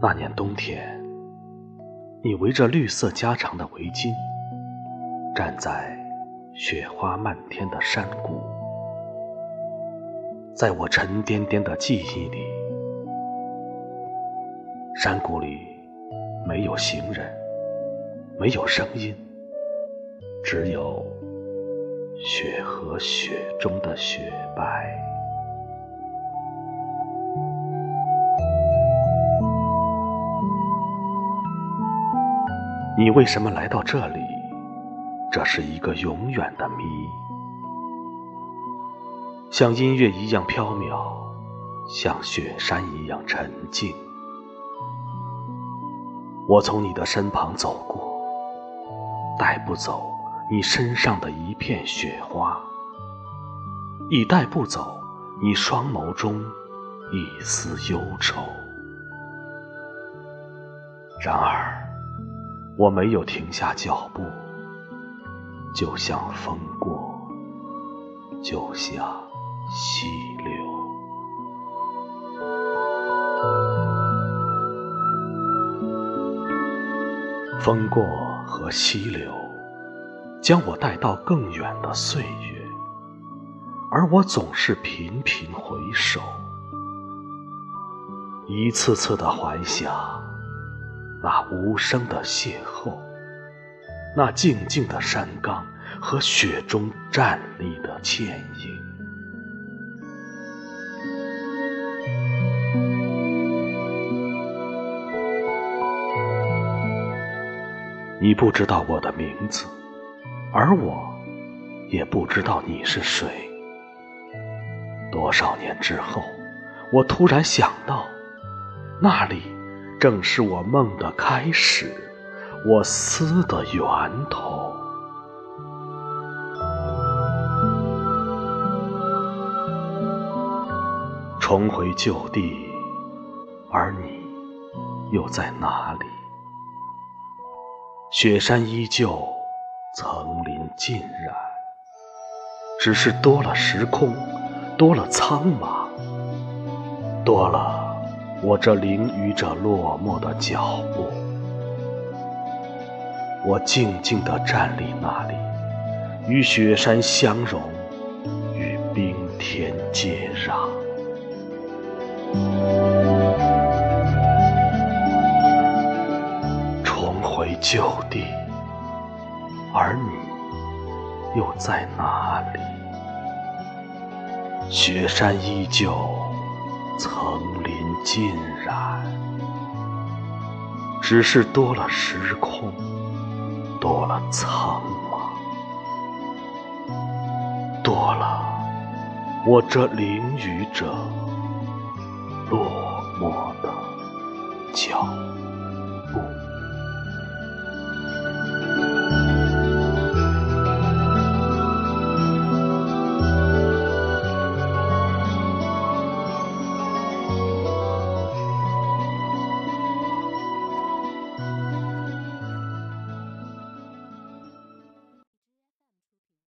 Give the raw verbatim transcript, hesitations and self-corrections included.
那年冬天，你围着绿色加长的围巾，站在雪花漫天的山谷。在我沉甸甸的记忆里，山谷里没有行人，没有声音，只有雪和雪中的雪白。你为什么来到这里？这是一个永远的谜，像音乐一样飘渺，像雪山一样沉静。我从你的身旁走过，带不走你身上的一片雪花，亦带不走你双眸中一丝忧愁。然而我没有停下脚步，就像风过，就像溪流。风过和溪流将我带到更远的岁月，而我总是频频回首，一次次的怀想那无声的邂逅，那静静的山岗和雪中站立的倩影。你不知道我的名字，而我也不知道你是谁。多少年之后，我突然想到，那里正是我梦的开始，我思的源头。重回旧地，而你又在哪里？雪山依旧，层林尽染，只是多了时空，多了苍茫，多了我这淋雨者落寞的脚步。我静静地站立那里，与雪山相融，与冰天接壤。重回旧地，而你又在哪里？雪山依旧，层林尽染，只是多了时空，多了苍茫，多了我这淋雨者落寞的脚步。